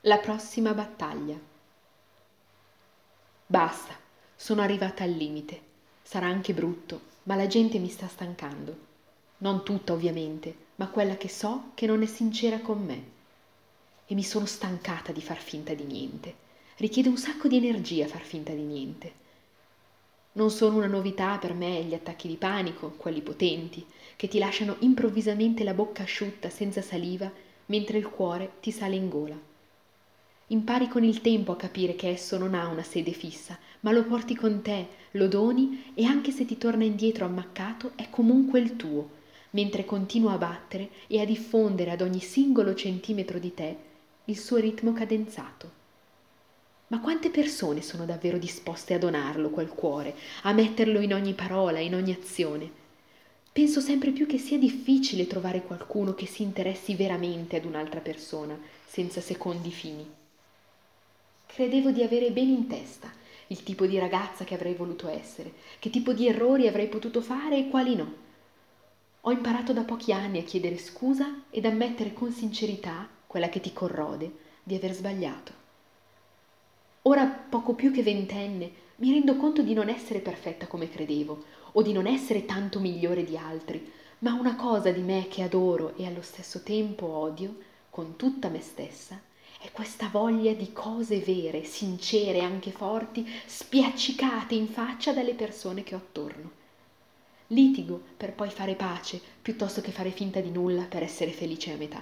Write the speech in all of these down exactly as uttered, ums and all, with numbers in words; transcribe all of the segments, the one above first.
La prossima battaglia. Basta, sono arrivata al limite. Sarà anche brutto, ma la gente mi sta stancando. Non tutta, ovviamente, ma quella che so che non è sincera con me. E mi sono stancata di far finta di niente. Richiede un sacco di energia far finta di niente. Non sono una novità per me gli attacchi di panico, quelli potenti, che ti lasciano improvvisamente la bocca asciutta senza saliva, mentre il cuore ti sale in gola. Impari con il tempo a capire che esso non ha una sede fissa, ma lo porti con te, lo doni e anche se ti torna indietro ammaccato è comunque il tuo, mentre continua a battere e a diffondere ad ogni singolo centimetro di te il suo ritmo cadenzato. Ma quante persone sono davvero disposte a donarlo quel cuore, a metterlo in ogni parola, in ogni azione? Penso sempre più che sia difficile trovare qualcuno che si interessi veramente ad un'altra persona, senza secondi fini. Credevo di avere bene in testa il tipo di ragazza che avrei voluto essere, che tipo di errori avrei potuto fare e quali no. Ho imparato da pochi anni a chiedere scusa ed ammettere con sincerità, quella che ti corrode, di aver sbagliato. Ora, poco più che ventenne, mi rendo conto di non essere perfetta come credevo, o di non essere tanto migliore di altri, ma una cosa di me che adoro e allo stesso tempo odio, con tutta me stessa, è questa voglia di cose vere, sincere e anche forti, spiaccicate in faccia dalle persone che ho attorno. Litigo per poi fare pace, piuttosto che fare finta di nulla per essere felice a metà.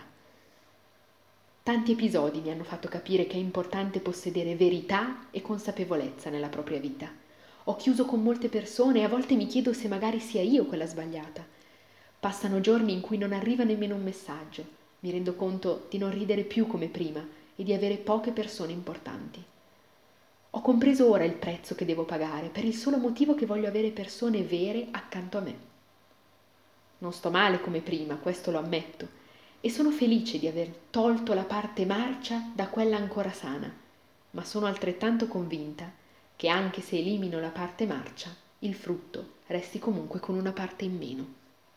Tanti episodi mi hanno fatto capire che è importante possedere verità e consapevolezza nella propria vita. Ho chiuso con molte persone e a volte mi chiedo se magari sia io quella sbagliata. Passano giorni in cui non arriva nemmeno un messaggio. Mi rendo conto di non ridere più come prima e di avere poche persone importanti. Ho compreso ora il prezzo che devo pagare per il solo motivo che voglio avere persone vere accanto a me. Non sto male come prima, questo lo ammetto, e sono felice di aver tolto la parte marcia da quella ancora sana, ma sono altrettanto convinta che anche se elimino la parte marcia, il frutto resti comunque con una parte in meno.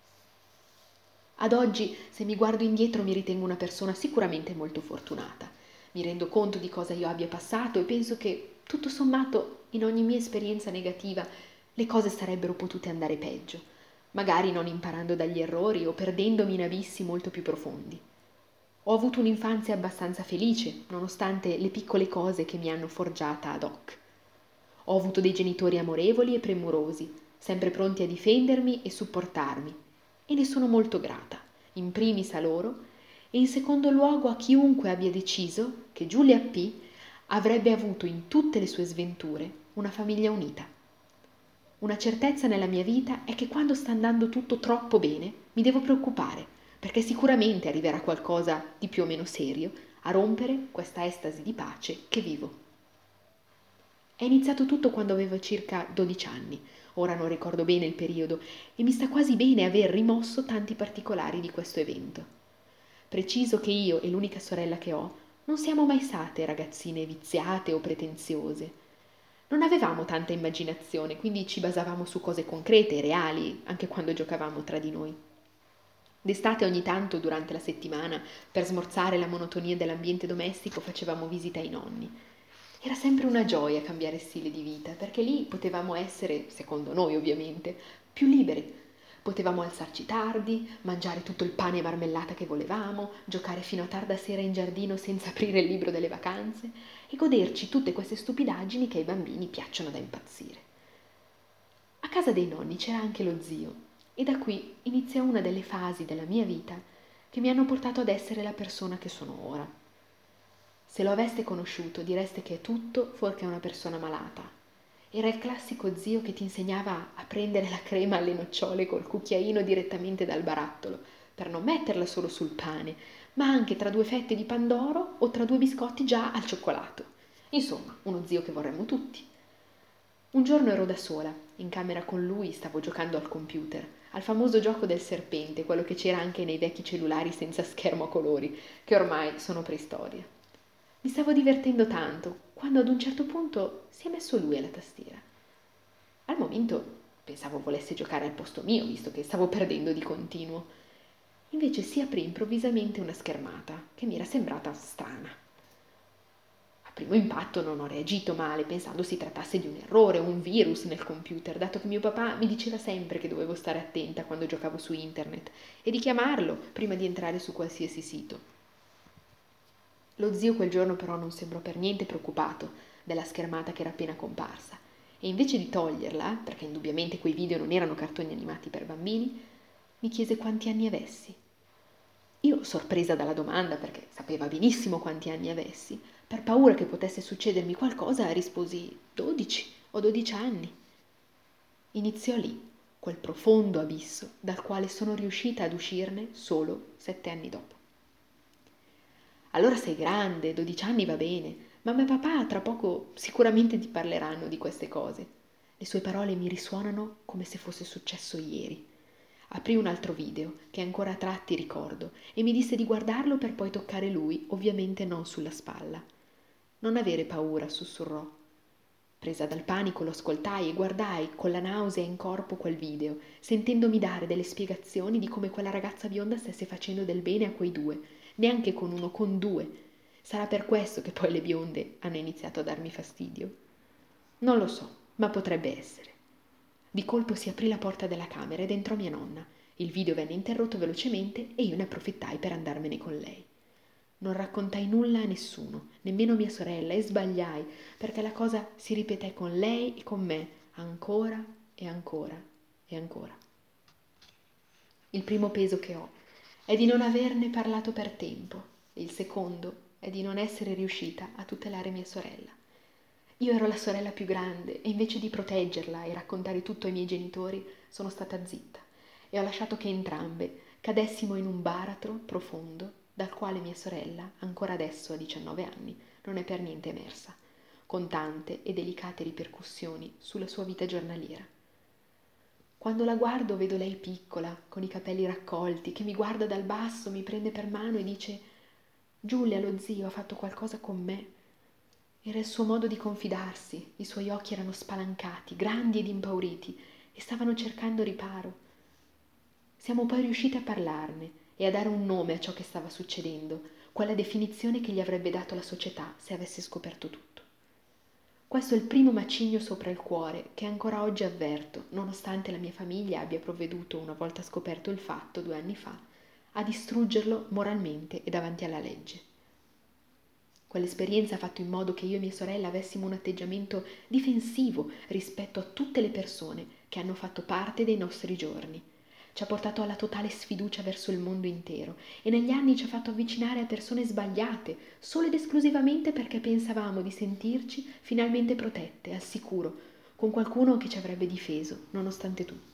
Ad oggi, se mi guardo indietro, mi ritengo una persona sicuramente molto fortunata. Mi rendo conto di cosa io abbia passato e penso che, tutto sommato, in ogni mia esperienza negativa, le cose sarebbero potute andare peggio, magari non imparando dagli errori o perdendomi in abissi molto più profondi. Ho avuto un'infanzia abbastanza felice, nonostante le piccole cose che mi hanno forgiata ad hoc. Ho avuto dei genitori amorevoli e premurosi, sempre pronti a difendermi e supportarmi, e ne sono molto grata, in primis a loro e in secondo luogo a chiunque abbia deciso che Giulia P. avrebbe avuto in tutte le sue sventure una famiglia unita. Una certezza nella mia vita è che quando sta andando tutto troppo bene mi devo preoccupare, perché sicuramente arriverà qualcosa di più o meno serio a rompere questa estasi di pace che vivo. È iniziato tutto quando avevo circa dodici anni, ora non ricordo bene il periodo, e mi sta quasi bene aver rimosso tanti particolari di questo evento. Preciso che io e l'unica sorella che ho non siamo mai state ragazzine viziate o pretenziose. Non avevamo tanta immaginazione, quindi ci basavamo su cose concrete e reali, anche quando giocavamo tra di noi. D'estate ogni tanto, durante la settimana, per smorzare la monotonia dell'ambiente domestico, facevamo visita ai nonni. Era sempre una gioia cambiare stile di vita, perché lì potevamo essere, secondo noi ovviamente, più liberi. Potevamo alzarci tardi, mangiare tutto il pane e marmellata che volevamo, giocare fino a tarda sera in giardino senza aprire il libro delle vacanze e goderci tutte queste stupidaggini che ai bambini piacciono da impazzire. A casa dei nonni c'era anche lo zio e da qui inizia una delle fasi della mia vita che mi hanno portato ad essere la persona che sono ora. Se lo aveste conosciuto direste che è tutto fuorché una persona malata. Era il classico zio che ti insegnava a prendere la crema alle nocciole col cucchiaino direttamente dal barattolo, per non metterla solo sul pane, ma anche tra due fette di pandoro o tra due biscotti già al cioccolato. Insomma, uno zio che vorremmo tutti. Un giorno ero da sola, in camera con lui, stavo giocando al computer, al famoso gioco del serpente, quello che c'era anche nei vecchi cellulari senza schermo a colori, che ormai sono preistoria. Mi stavo divertendo tanto, quando ad un certo punto si è messo lui alla tastiera. Al momento pensavo volesse giocare al posto mio, visto che stavo perdendo di continuo. Invece si aprì improvvisamente una schermata che mi era sembrata strana. primo impatto non ho reagito male, pensando si trattasse di un errore, un virus nel computer, dato che mio papà mi diceva sempre che dovevo stare attenta quando giocavo su internet e di chiamarlo prima di entrare su qualsiasi sito. Lo zio quel giorno però non sembrò per niente preoccupato della schermata che era appena comparsa e invece di toglierla, perché indubbiamente quei video non erano cartoni animati per bambini, mi chiese quanti anni avessi. Io, sorpresa dalla domanda, perché sapeva benissimo quanti anni avessi, per paura che potesse succedermi qualcosa, risposi dodici o dodici anni. Iniziò lì quel profondo abisso dal quale sono riuscita ad uscirne solo sette anni dopo. Allora sei grande, dodici anni va bene, mamma e papà tra poco sicuramente ti parleranno di queste cose. Le sue parole mi risuonano come se fosse successo ieri. Aprì un altro video, che ancora a tratti ricordo, e mi disse di guardarlo per poi toccare lui, ovviamente non sulla spalla. Non avere paura, sussurrò. Presa dal panico lo ascoltai e guardai con la nausea in corpo quel video, sentendomi dare delle spiegazioni di come quella ragazza bionda stesse facendo del bene a quei due, neanche con uno, con due. Sarà per questo che poi le bionde hanno iniziato a darmi fastidio? Non lo so, ma potrebbe essere. Di colpo si aprì la porta della camera ed entrò mia nonna. Il video venne interrotto velocemente e io ne approfittai per andarmene con lei. Non raccontai nulla a nessuno, nemmeno a mia sorella, e sbagliai, perché la cosa si ripeté con lei e con me, ancora e ancora e ancora. Il primo peso che ho è di non averne parlato per tempo, e il secondo è di non essere riuscita a tutelare mia sorella. Io ero la sorella più grande e invece di proteggerla e raccontare tutto ai miei genitori sono stata zitta e ho lasciato che entrambe cadessimo in un baratro profondo dal quale mia sorella, ancora adesso a diciannove anni, non è per niente emersa, con tante e delicate ripercussioni sulla sua vita giornaliera. Quando la guardo vedo lei piccola, con i capelli raccolti, che mi guarda dal basso, mi prende per mano e dice: «Giulia, lo zio ha fatto qualcosa con me». Era il suo modo di confidarsi, i suoi occhi erano spalancati, grandi ed impauriti, e stavano cercando riparo. Siamo poi riusciti a parlarne e a dare un nome a ciò che stava succedendo, quella definizione che gli avrebbe dato la società se avesse scoperto tutto. Questo è il primo macigno sopra il cuore che ancora oggi avverto, nonostante la mia famiglia abbia provveduto, una volta scoperto il fatto, due anni fa, a distruggerlo moralmente e davanti alla legge. Quell'esperienza ha fatto in modo che io e mia sorella avessimo un atteggiamento difensivo rispetto a tutte le persone che hanno fatto parte dei nostri giorni. Ci ha portato alla totale sfiducia verso il mondo intero e negli anni ci ha fatto avvicinare a persone sbagliate, solo ed esclusivamente perché pensavamo di sentirci finalmente protette, al sicuro, con qualcuno che ci avrebbe difeso, nonostante tutto.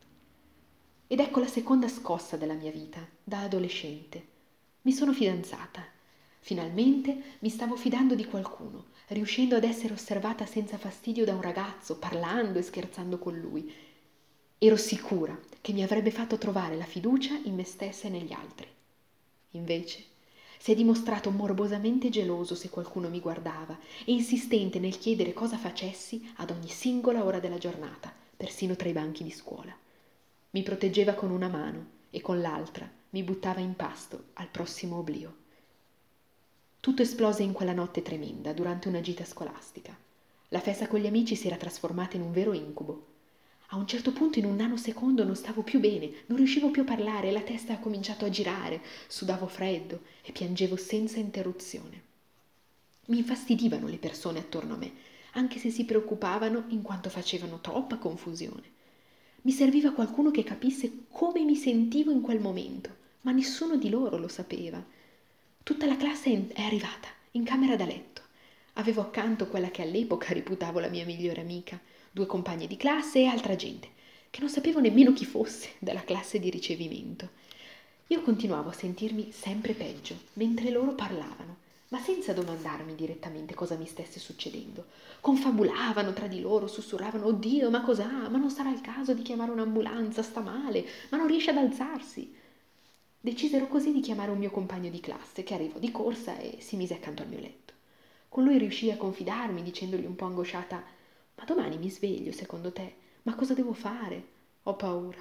Ed ecco la seconda scossa della mia vita, da adolescente. Mi sono fidanzata. Finalmente mi stavo fidando di qualcuno, riuscendo ad essere osservata senza fastidio da un ragazzo, parlando e scherzando con lui. Ero sicura che mi avrebbe fatto trovare la fiducia in me stessa e negli altri. Invece si è dimostrato morbosamente geloso se qualcuno mi guardava e insistente nel chiedere cosa facessi ad ogni singola ora della giornata, persino tra i banchi di scuola. Mi proteggeva con una mano e con l'altra mi buttava in pasto al prossimo oblio. Tutto esplose in quella notte tremenda, durante una gita scolastica. La festa con gli amici si era trasformata in un vero incubo. A un certo punto, in un nanosecondo, non stavo più bene, non riuscivo più a parlare, la testa ha cominciato a girare, sudavo freddo e piangevo senza interruzione. Mi infastidivano le persone attorno a me, anche se si preoccupavano in quanto facevano troppa confusione. Mi serviva qualcuno che capisse come mi sentivo in quel momento, ma nessuno di loro lo sapeva. Tutta la classe è arrivata, in camera da letto. Avevo accanto quella che all'epoca reputavo la mia migliore amica, due compagne di classe e altra gente, che non sapevo nemmeno chi fosse dalla classe di ricevimento. Io continuavo a sentirmi sempre peggio, mentre loro parlavano, ma senza domandarmi direttamente cosa mi stesse succedendo. Confabulavano tra di loro, sussurravano: «Oddio, ma cos'ha? Ma non sarà il caso di chiamare un'ambulanza? Sta male, ma non riesce ad alzarsi». Decisero così di chiamare un mio compagno di classe, che arrivò di corsa e si mise accanto al mio letto. Con lui riuscii a confidarmi, dicendogli un po' angosciata: «Ma domani mi sveglio, secondo te? Ma cosa devo fare? Ho paura».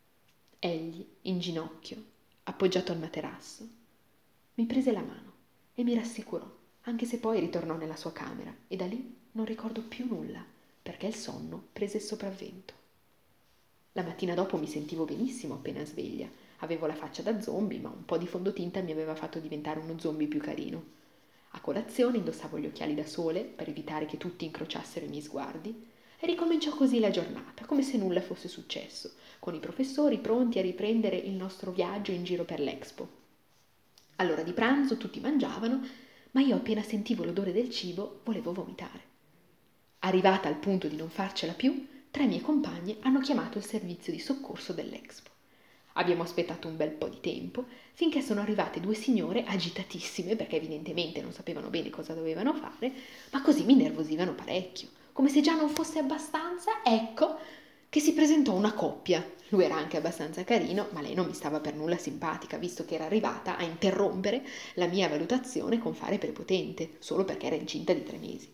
Egli, in ginocchio, appoggiato al materasso, mi prese la mano e mi rassicurò, anche se poi ritornò nella sua camera e da lì non ricordo più nulla, perché il sonno prese il sopravvento. La mattina dopo mi sentivo benissimo appena sveglia. Avevo la faccia da zombie, ma un po' di fondotinta mi aveva fatto diventare uno zombie più carino. A colazione indossavo gli occhiali da sole per evitare che tutti incrociassero i miei sguardi e ricominciò così la giornata, come se nulla fosse successo, con i professori pronti a riprendere il nostro viaggio in giro per l'Expo. All'ora di pranzo tutti mangiavano, ma io appena sentivo l'odore del cibo volevo vomitare. Arrivata al punto di non farcela più, tre mie compagne hanno chiamato il servizio di soccorso dell'Expo. Abbiamo aspettato un bel po' di tempo, finché sono arrivate due signore agitatissime, perché evidentemente non sapevano bene cosa dovevano fare, ma così mi nervosivano parecchio. Come se già non fosse abbastanza, ecco che si presentò una coppia. Lui era anche abbastanza carino, ma lei non mi stava per nulla simpatica, visto che era arrivata a interrompere la mia valutazione con fare prepotente, solo perché era incinta di tre mesi.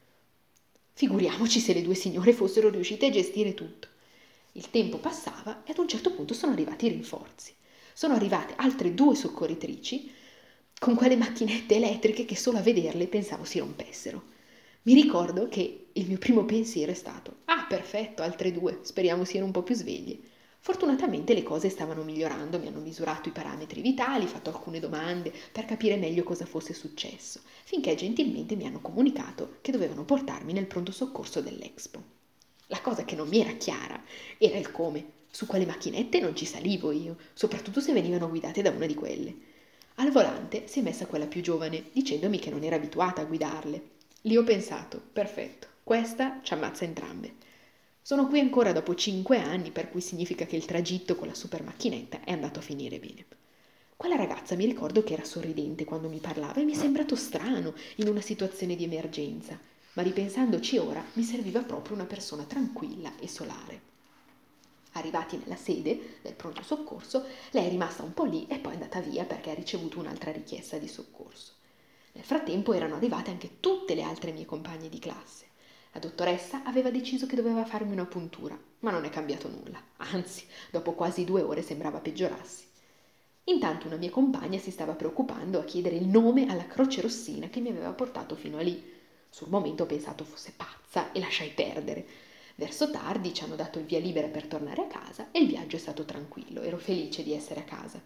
Figuriamoci se le due signore fossero riuscite a gestire tutto. Il tempo passava e ad un certo punto sono arrivati i rinforzi. Sono arrivate altre due soccorritrici con quelle macchinette elettriche che solo a vederle pensavo si rompessero. Mi ricordo che il mio primo pensiero è stato: ah, perfetto, altre due, speriamo siano un po' più sveglie. Fortunatamente le cose stavano migliorando, mi hanno misurato i parametri vitali, fatto alcune domande per capire meglio cosa fosse successo, finché gentilmente mi hanno comunicato che dovevano portarmi nel pronto soccorso dell'Expo. La cosa che non mi era chiara era il come. Su quelle macchinette non ci salivo io, soprattutto se venivano guidate da una di quelle. Al volante si è messa quella più giovane, dicendomi che non era abituata a guidarle. Lì ho pensato: perfetto, questa ci ammazza entrambe. Sono qui ancora dopo cinque anni, per cui significa che il tragitto con la super macchinetta è andato a finire bene. Quella ragazza mi ricordo che era sorridente quando mi parlava e mi è sembrato strano in una situazione di emergenza, ma ripensandoci ora mi serviva proprio una persona tranquilla e solare. Arrivati nella sede del pronto soccorso, lei è rimasta un po' lì e poi è andata via perché ha ricevuto un'altra richiesta di soccorso. Nel frattempo erano arrivate anche tutte le altre mie compagne di classe. La dottoressa aveva deciso che doveva farmi una puntura, ma non è cambiato nulla. Anzi, dopo quasi due ore sembrava peggiorarsi. Intanto una mia compagna si stava preoccupando a chiedere il nome alla Croce Rossina che mi aveva portato fino a lì. Sul momento ho pensato fosse pazza e lasciai perdere. Verso tardi ci hanno dato il via libera per tornare a casa e il viaggio è stato tranquillo. Ero felice di essere a casa.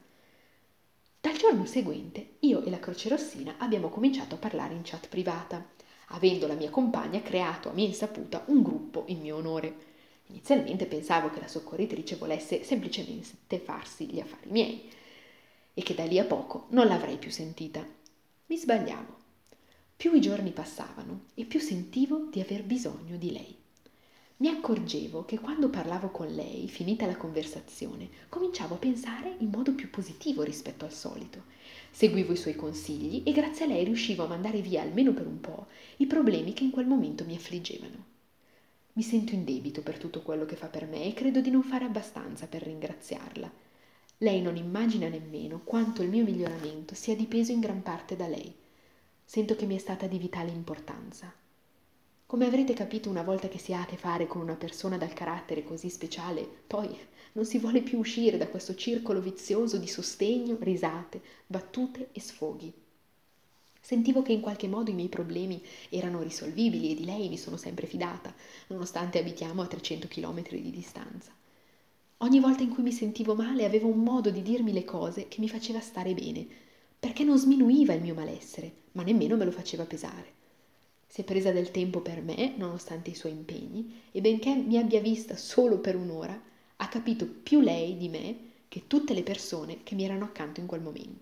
Dal giorno seguente io e la Croce Rossina abbiamo cominciato a parlare in chat privata, avendo la mia compagna creato a mia insaputa un gruppo in mio onore. Inizialmente pensavo che la soccorritrice volesse semplicemente farsi gli affari miei e che da lì a poco non l'avrei più sentita. Mi sbagliavo. Più i giorni passavano e più sentivo di aver bisogno di lei. Mi accorgevo che quando parlavo con lei, finita la conversazione, cominciavo a pensare in modo più positivo rispetto al solito. Seguivo i suoi consigli e grazie a lei riuscivo a mandare via, almeno per un po', i problemi che in quel momento mi affliggevano. Mi sento in debito per tutto quello che fa per me e credo di non fare abbastanza per ringraziarla. Lei non immagina nemmeno quanto il mio miglioramento sia dipeso in gran parte da lei. Sento che mi è stata di vitale importanza. Come avrete capito, una volta che si ha a che fare con una persona dal carattere così speciale, poi non si vuole più uscire da questo circolo vizioso di sostegno, risate, battute e sfoghi. Sentivo che in qualche modo i miei problemi erano risolvibili e di lei mi sono sempre fidata, nonostante abitiamo a trecento chilometri di distanza. Ogni volta in cui mi sentivo male avevo un modo di dirmi le cose che mi faceva stare bene, perché non sminuiva il mio malessere, ma nemmeno me lo faceva pesare. Si è presa del tempo per me, nonostante i suoi impegni, e benché mi abbia vista solo per un'ora, ha capito più lei di me che tutte le persone che mi erano accanto in quel momento.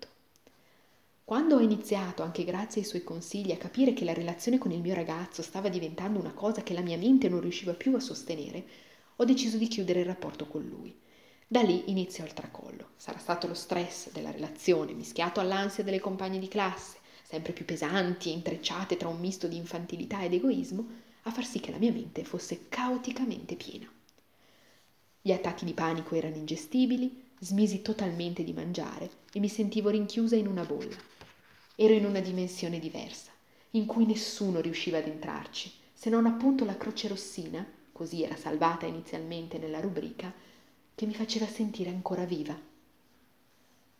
Quando ho iniziato, anche grazie ai suoi consigli, a capire che la relazione con il mio ragazzo stava diventando una cosa che la mia mente non riusciva più a sostenere, ho deciso di chiudere il rapporto con lui. Da lì iniziò il tracollo. Sarà stato lo stress della relazione, mischiato all'ansia delle compagne di classe, sempre più pesanti e intrecciate tra un misto di infantilità ed egoismo, a far sì che la mia mente fosse caoticamente piena. Gli attacchi di panico erano ingestibili, smisi totalmente di mangiare e mi sentivo rinchiusa in una bolla. Ero in una dimensione diversa, in cui nessuno riusciva ad entrarci, se non appunto la Croce Rossina, così era salvata inizialmente nella rubrica, che mi faceva sentire ancora viva.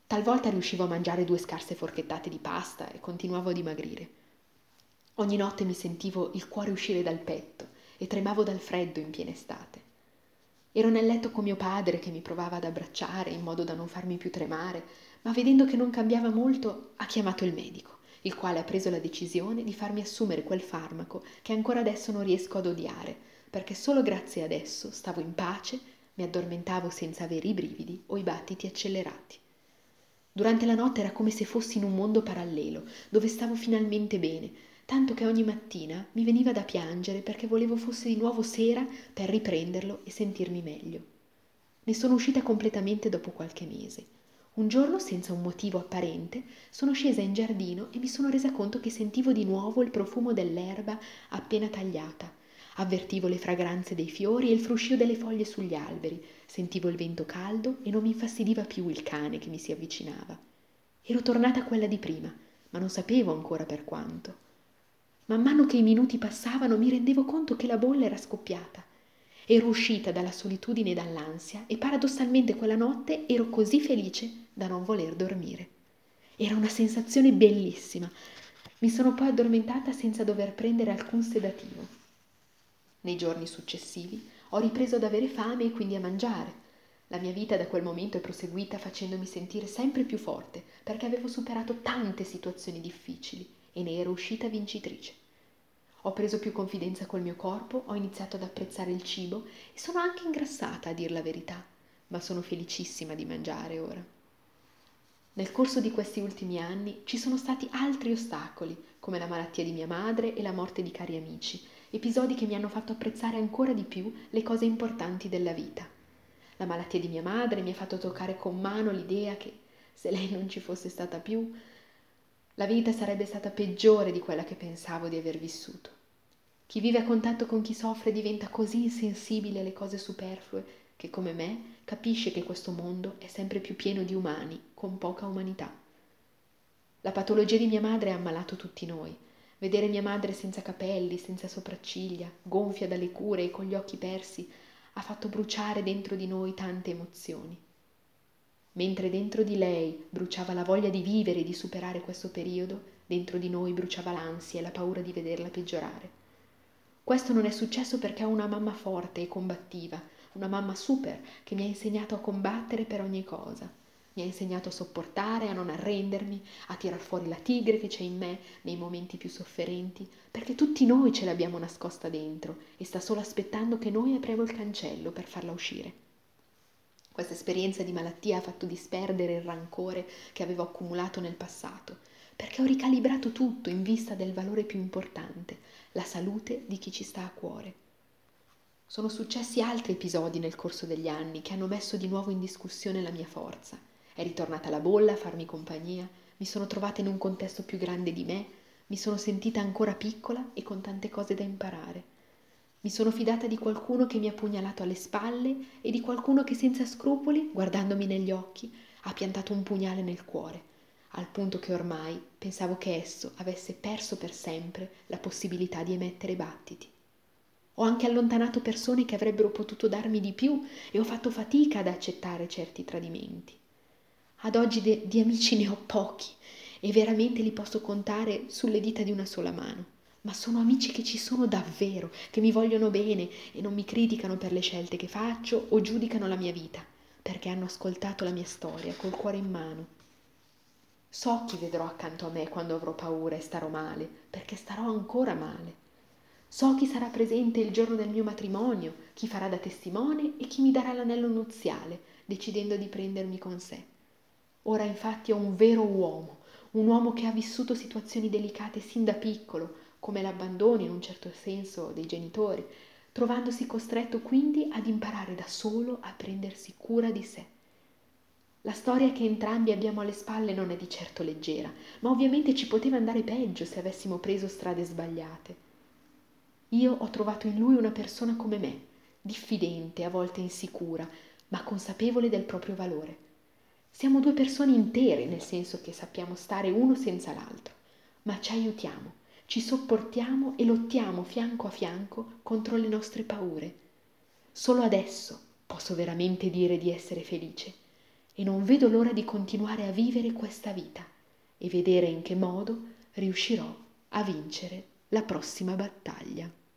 Talvolta riuscivo a mangiare due scarse forchettate di pasta e continuavo a dimagrire. Ogni notte mi sentivo il cuore uscire dal petto e tremavo dal freddo in piena estate. Ero nel letto con mio padre che mi provava ad abbracciare in modo da non farmi più tremare, ma vedendo che non cambiava molto ha chiamato il medico, il quale ha preso la decisione di farmi assumere quel farmaco che ancora adesso non riesco ad odiare, perché solo grazie ad esso stavo in pace, mi addormentavo senza avere i brividi o i battiti accelerati. Durante la notte era come se fossi in un mondo parallelo, dove stavo finalmente bene, tanto che ogni mattina mi veniva da piangere perché volevo fosse di nuovo sera per riprenderlo e sentirmi meglio. Ne sono uscita completamente dopo qualche mese. Un giorno, senza un motivo apparente, sono scesa in giardino e mi sono resa conto che sentivo di nuovo il profumo dell'erba appena tagliata. Avvertivo le fragranze dei fiori e il fruscio delle foglie sugli alberi, sentivo il vento caldo e non mi infastidiva più il cane che mi si avvicinava. Ero tornata quella di prima, ma non sapevo ancora per quanto. Man mano che i minuti passavano mi rendevo conto che la bolla era scoppiata. Ero uscita dalla solitudine e dall'ansia e paradossalmente quella notte ero così felice da non voler dormire. Era una sensazione bellissima. Mi sono poi addormentata senza dover prendere alcun sedativo. Nei giorni successivi ho ripreso ad avere fame e quindi a mangiare. La mia vita da quel momento è proseguita facendomi sentire sempre più forte perché avevo superato tante situazioni difficili e ne ero uscita vincitrice. Ho preso più confidenza col mio corpo, ho iniziato ad apprezzare il cibo e sono anche ingrassata, a dir la verità, ma sono felicissima di mangiare ora. Nel corso di questi ultimi anni ci sono stati altri ostacoli, come la malattia di mia madre e la morte di cari amici, episodi che mi hanno fatto apprezzare ancora di più le cose importanti della vita. La malattia di mia madre mi ha fatto toccare con mano l'idea che, se lei non ci fosse stata più, la vita sarebbe stata peggiore di quella che pensavo di aver vissuto. Chi vive a contatto con chi soffre diventa così insensibile alle cose superflue che, come me, capisce che questo mondo è sempre più pieno di umani con poca umanità. La patologia di mia madre ha ammalato tutti noi. Vedere mia madre senza capelli, senza sopracciglia, gonfia dalle cure e con gli occhi persi, ha fatto bruciare dentro di noi tante emozioni. Mentre dentro di lei bruciava la voglia di vivere e di superare questo periodo, dentro di noi bruciava l'ansia e la paura di vederla peggiorare. Questo non è successo perché ho una mamma forte e combattiva, una mamma super che mi ha insegnato a combattere per ogni cosa. Mi ha insegnato a sopportare, a non arrendermi, a tirar fuori la tigre che c'è in me nei momenti più sofferenti, perché tutti noi ce l'abbiamo nascosta dentro e sta solo aspettando che noi apriamo il cancello per farla uscire. Questa esperienza di malattia ha fatto disperdere il rancore che avevo accumulato nel passato, perché ho ricalibrato tutto in vista del valore più importante, la salute di chi ci sta a cuore. Sono successi altri episodi nel corso degli anni che hanno messo di nuovo in discussione la mia forza. È ritornata la bolla a farmi compagnia, mi sono trovata in un contesto più grande di me, mi sono sentita ancora piccola e con tante cose da imparare. Mi sono fidata di qualcuno che mi ha pugnalato alle spalle e di qualcuno che senza scrupoli, guardandomi negli occhi, ha piantato un pugnale nel cuore, al punto che ormai pensavo che esso avesse perso per sempre la possibilità di emettere battiti. Ho anche allontanato persone che avrebbero potuto darmi di più e ho fatto fatica ad accettare certi tradimenti. Ad oggi de- di amici ne ho pochi e veramente li posso contare sulle dita di una sola mano. Ma sono amici che ci sono davvero, che mi vogliono bene e non mi criticano per le scelte che faccio o giudicano la mia vita, perché hanno ascoltato la mia storia col cuore in mano. So chi vedrò accanto a me quando avrò paura e starò male, perché starò ancora male. So chi sarà presente il giorno del mio matrimonio, chi farà da testimone e chi mi darà l'anello nuziale, decidendo di prendermi con sé. Ora infatti ho un vero uomo, un uomo che ha vissuto situazioni delicate sin da piccolo, come l'abbandono in un certo senso dei genitori, trovandosi costretto quindi ad imparare da solo a prendersi cura di sé. La storia che entrambi abbiamo alle spalle non è di certo leggera, ma ovviamente ci poteva andare peggio se avessimo preso strade sbagliate. Io ho trovato in lui una persona come me, diffidente, a volte insicura, ma consapevole del proprio valore. Siamo due persone intere, nel senso che sappiamo stare uno senza l'altro, ma ci aiutiamo, ci sopportiamo e lottiamo fianco a fianco contro le nostre paure. Solo adesso posso veramente dire di essere felice e non vedo l'ora di continuare a vivere questa vita e vedere in che modo riuscirò a vincere la prossima battaglia.